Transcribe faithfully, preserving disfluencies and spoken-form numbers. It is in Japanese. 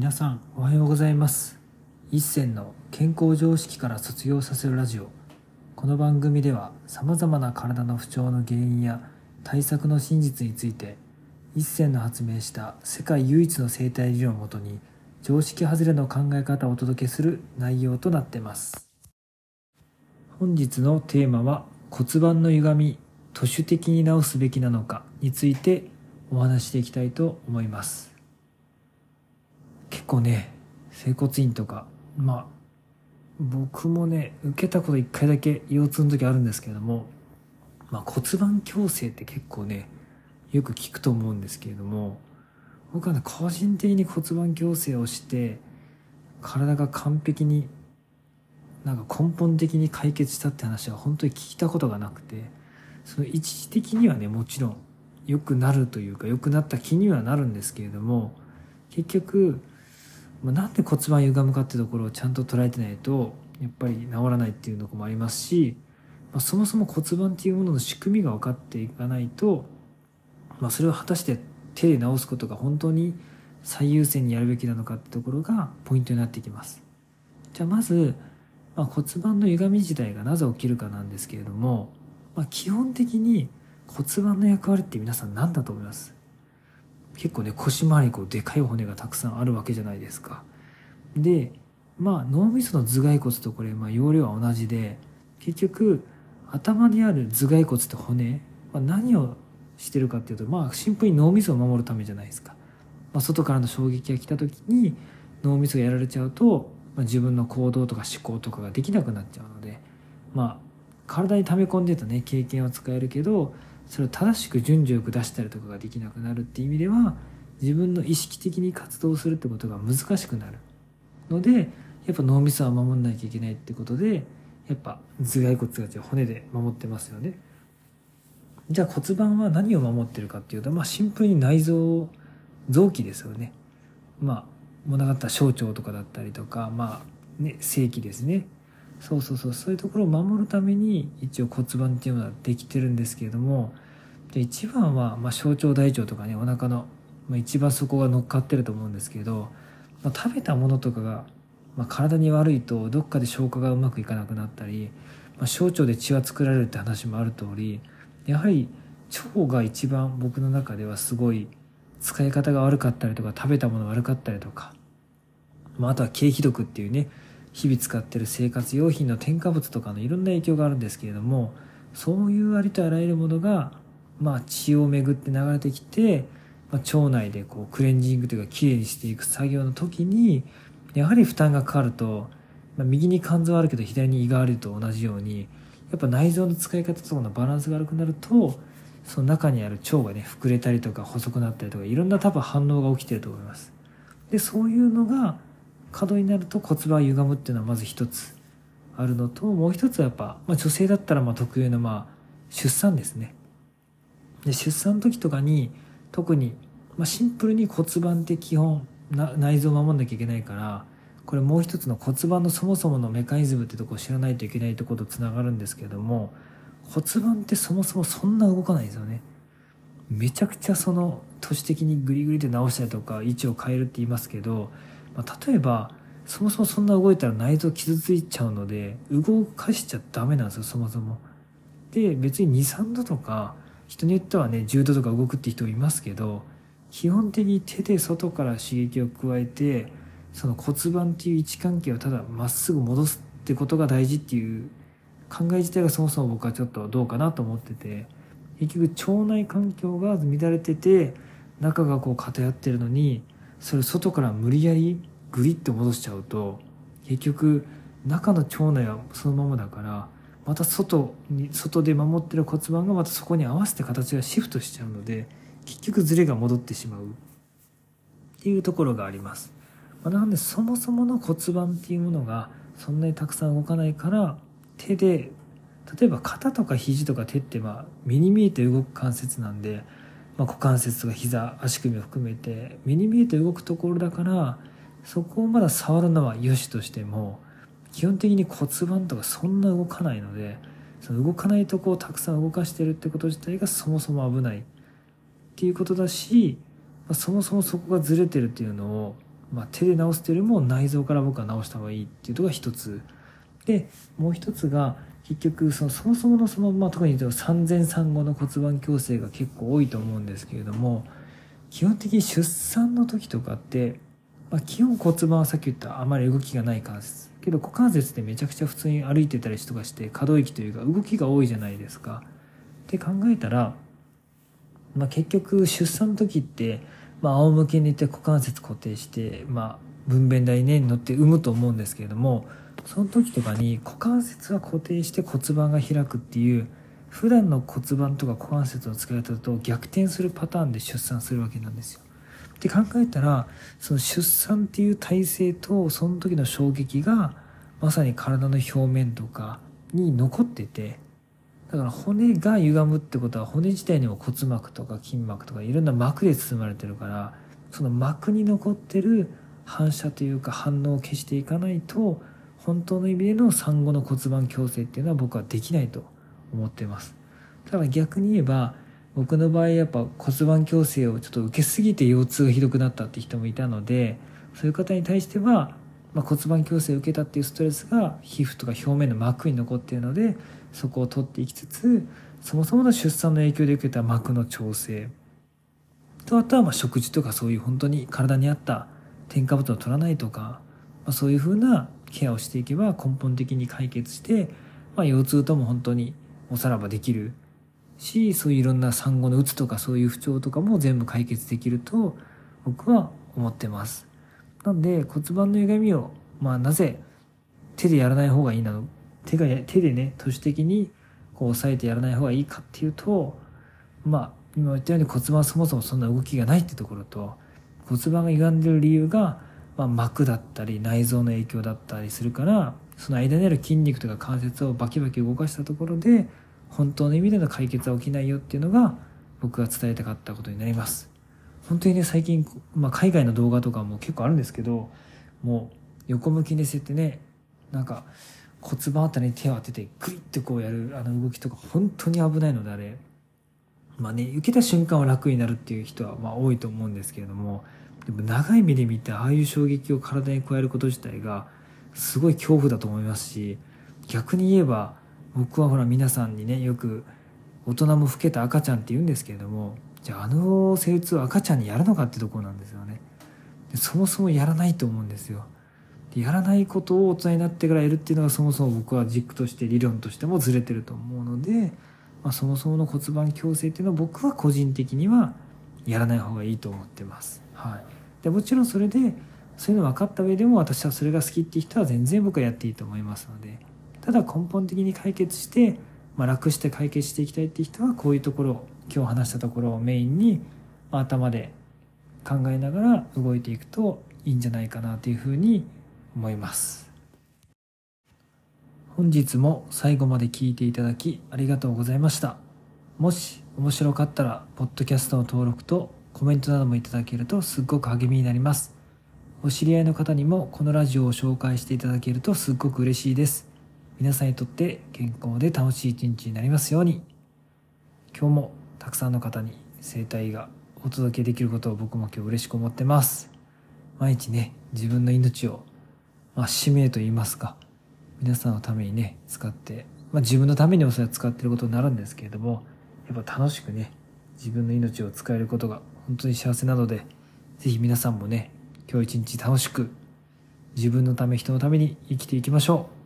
皆さんおはようございます。一銭の健康常識から卒業させるラジオ。この番組ではさまざまな体の不調の原因や対策の真実について、一銭の発明した世界唯一の生態理論をもとに常識外れの考え方をお届けする内容となっています。本日のテーマは、骨盤の歪み、都市的に治すべきなのかについてお話していきたいと思います。結構ね、整骨院とか、まあ僕もね受けたこといっかいだけ腰痛の時あるんですけれども、まあ、骨盤矯正って結構ねよく聞くと思うんですけれども、僕はね個人的に骨盤矯正をして体が完璧になんか根本的に解決したって話は本当に聞いたことがなくて、その一時的にはねもちろん良くなるというか良くなった気にはなるんですけれども、結局なんで骨盤歪むかっていうところをちゃんと捉えてないとやっぱり治らないっていうところもありますし、まあ、そもそも骨盤っていうものの仕組みが分かっていかないと、まあ、それを果たして手で治すことが本当に最優先にやるべきなのかってところがポイントになってきます。じゃあまず、まあ、骨盤の歪み自体がなぜ起きるかなんですけれども、まあ、基本的に骨盤の役割って皆さん何だと思います？結構ね腰回りにこうでかい骨がたくさんあるわけじゃないですか。でまあ脳みその頭蓋骨とこれ、まあ、容量は同じで、結局頭にある頭蓋骨と骨、まあ、何をしてるかっていうと、まあシンプルに脳みそを守るためじゃないですか。まあ、外からの衝撃が来た時に脳みそがやられちゃうと、まあ、自分の行動とか思考とかができなくなっちゃうので、まあ体に溜め込んでたね経験は使えるけど、それを正しく順序よく出したりとかができなくなるっていう意味では、自分の意識的に活動するってことが難しくなるので、やっぱ脳みそは守んなきゃいけないってことで、やっぱ頭蓋骨が骨で守ってますよね。じゃあ骨盤は何を守ってるかっていうと、まあシンプルに内臓、臓器ですよね。まあ物語った小腸とかだったりとか、まあね正気ですね。そうそうそう、そういうところを守るために一応骨盤っていうのはできてるんですけれども、で一番はまあ小腸大腸とかね、お腹の、まあ、一番そこが乗っかってると思うんですけど、まあ、食べたものとかが、まあ、体に悪いとどっかで消化がうまくいかなくなったり、まあ、小腸で血は作られるって話もある通り、やはり腸が一番僕の中ではすごい使い方が悪かったりとか、食べたものが悪かったりとか、まあ、あとは経皮毒っていうね日々使ってる生活用品の添加物とかのいろんな影響があるんですけれども、そういうありとあらゆるものが、まあ、血を巡って流れてきて、まあ、腸内でこうクレンジングというかきれいにしていく作業の時にやはり負担がかかると、まあ、右に肝臓はあるけど左に胃があると同じように、やっぱ内臓の使い方とかのバランスが悪くなると、その中にある腸がね膨れたりとか細くなったりとか、いろんな多分反応が起きてると思います。でそういうのが過度になると骨盤歪むっていうのはまず一つあるのと、もう一つはやっぱ、まあ、女性だったらまあ特有のまあ出産ですね。で出産の時とかに特に、まあ、シンプルに骨盤って基本な内臓を守んなきゃいけないから、これもう一つの骨盤のそもそものメカニズムってとこを知らないといけないところとつながるんですけれども、骨盤ってそもそもそんな動かないんですよね。めちゃくちゃその都市的にグリグリで直したりとか位置を変えるって言いますけど、まあ、例えばそもそもそんな動いたら内臓傷ついちゃうので動かしちゃダメなんですよ、そもそも。で別ににさんどとか人によってはねじゅうどとか動くって人いますけど、基本的に手で外から刺激を加えてその骨盤っていう位置関係をただまっすぐ戻すってことが大事っていう考え自体がそもそも僕はちょっとどうかなと思ってて、結局腸内環境が乱れてて中がこう偏ってるのに、それを外から無理やりグリッと戻しちゃうと、結局中の腸内はそのままだから、また外に外で守ってる骨盤がまたそこに合わせて形がシフトしちゃうので、結局ズレが戻ってしまうっていうところがあります。まあ、なのでそもそもの骨盤っていうものがそんなにたくさん動かないから、手で例えば肩とか肘とか手ってまあ目に見えて動く関節なんで、まあ、股関節とか膝足首を含めて目に見えて動くところだから、そこをまだ触るのは良しとしても、基本的に骨盤とかそんな動かないので、その動かないとこをたくさん動かしてるってこと自体がそもそも危ないっていうことだし、まあ、そもそもそこがずれてるっていうのをまあ、手で治すというよりも内臓から僕は治した方がいいっていうのが一つで、もう一つが結局そのそもそものその、まあ、特に言うと産前産後の骨盤矯正が結構多いと思うんですけれども、基本的に出産の時とかって、まあ、基本骨盤はさっき言ったあまり動きがない関節けど、股関節ってめちゃくちゃ普通に歩いてたりとかして可動域というか動きが多いじゃないですか。って考えたら、まあ、結局出産の時って、まあ、仰向けに寝て股関節固定して、まあ、分娩台に乗って産むと思うんですけれども、その時とかに股関節は固定して骨盤が開くっていう普段の骨盤とか股関節の使い方と逆転するパターンで出産するわけなんですよ。って考えたら、その出産っていう体勢とその時の衝撃がまさに体の表面とかに残ってて、だから骨が歪むってことは骨自体にも骨膜とか筋膜とかいろんな膜で包まれてるから、その膜に残ってる反射というか反応を消していかないと本当の意味での産後の骨盤矯正っていうのは僕はできないと思っています。だから逆に言えば、僕の場合やっぱ骨盤矯正をちょっと受けすぎて腰痛がひどくなったって人もいたので、そういう方に対しては、まあ、骨盤矯正を受けたっていうストレスが皮膚とか表面の膜に残っているので、そこを取っていきつつ、そもそもの出産の影響で受けた膜の調整と、あとはまあ食事とかそういう本当に体に合った添加物を取らないとか、まあ、そういうふうなケアをしていけば根本的に解決して、まあ、腰痛とも本当におさらばできるし、そういういろんな産後のうつとかそういう不調とかも全部解決できると僕は思ってます。なので骨盤の歪みを、まあ、なぜ手でやらない方がいいなの手が手でね都市的にこう押さえてやらない方がいいかっていうと、まあ今言ったように骨盤はそもそもそんな動きがないってところと、骨盤が歪んでる理由が、まあ、膜だったり内臓の影響だったりするから、その間にある筋肉とか関節をバキバキ動かしたところで本当の意味での解決は起きないよっていうのが僕が伝えたかったことになります。本当にね、最近、まあ、海外の動画とかも結構あるんですけど、もう横向きに寝せてね、なんか骨盤あたりに手を当ててグイッとこうやるあの動きとか本当に危ないので、あれまあね、受けた瞬間は楽になるっていう人はまあ多いと思うんですけれども、でも長い目で見てああいう衝撃を体に加えること自体がすごい恐怖だと思いますし、逆に言えば僕はほら皆さんにね、よく大人も老けた赤ちゃんって言うんですけれども、じゃああの施術を赤ちゃんにやるのかってところなんですよね。でそもそもやらないと思うんですよ。でやらないことを大人になってからやるっていうのがそもそも僕は軸として理論としてもずれてると思うので、まあ、そもそもの骨盤矯正っていうのは僕は個人的にはやらない方がいいと思ってます。はい、でもちろんそれでそういうの分かった上でも私はそれが好きっていう人は全然僕はやっていいと思いますので、ただ根本的に解決して、まあ、楽して解決していきたいっていう人はこういうところを今日話したところをメインに、まあ、頭で考えながら動いていくといいんじゃないかなというふうに思います。本日も最後まで聞いていただきありがとうございました。もし面白かったらポッドキャストの登録とコメントなどもいただけるとすっごく励みになります。お知り合いの方にもこのラジオを紹介していただけるとすっごく嬉しいです。皆さんにとって健康で楽しい一日になりますように。今日もたくさんの方に整体がお届けできることを僕も今日嬉しく思ってます。毎日ね、自分の命を、まあ、使命と言いますか、皆さんのためにね使って、まあ、自分のためにもそれは使っていることになるんですけれども、やっぱ楽しくね自分の命を使えることが本当に幸せなので、ぜひ皆さんもね今日一日楽しく自分のため人のために生きていきましょう。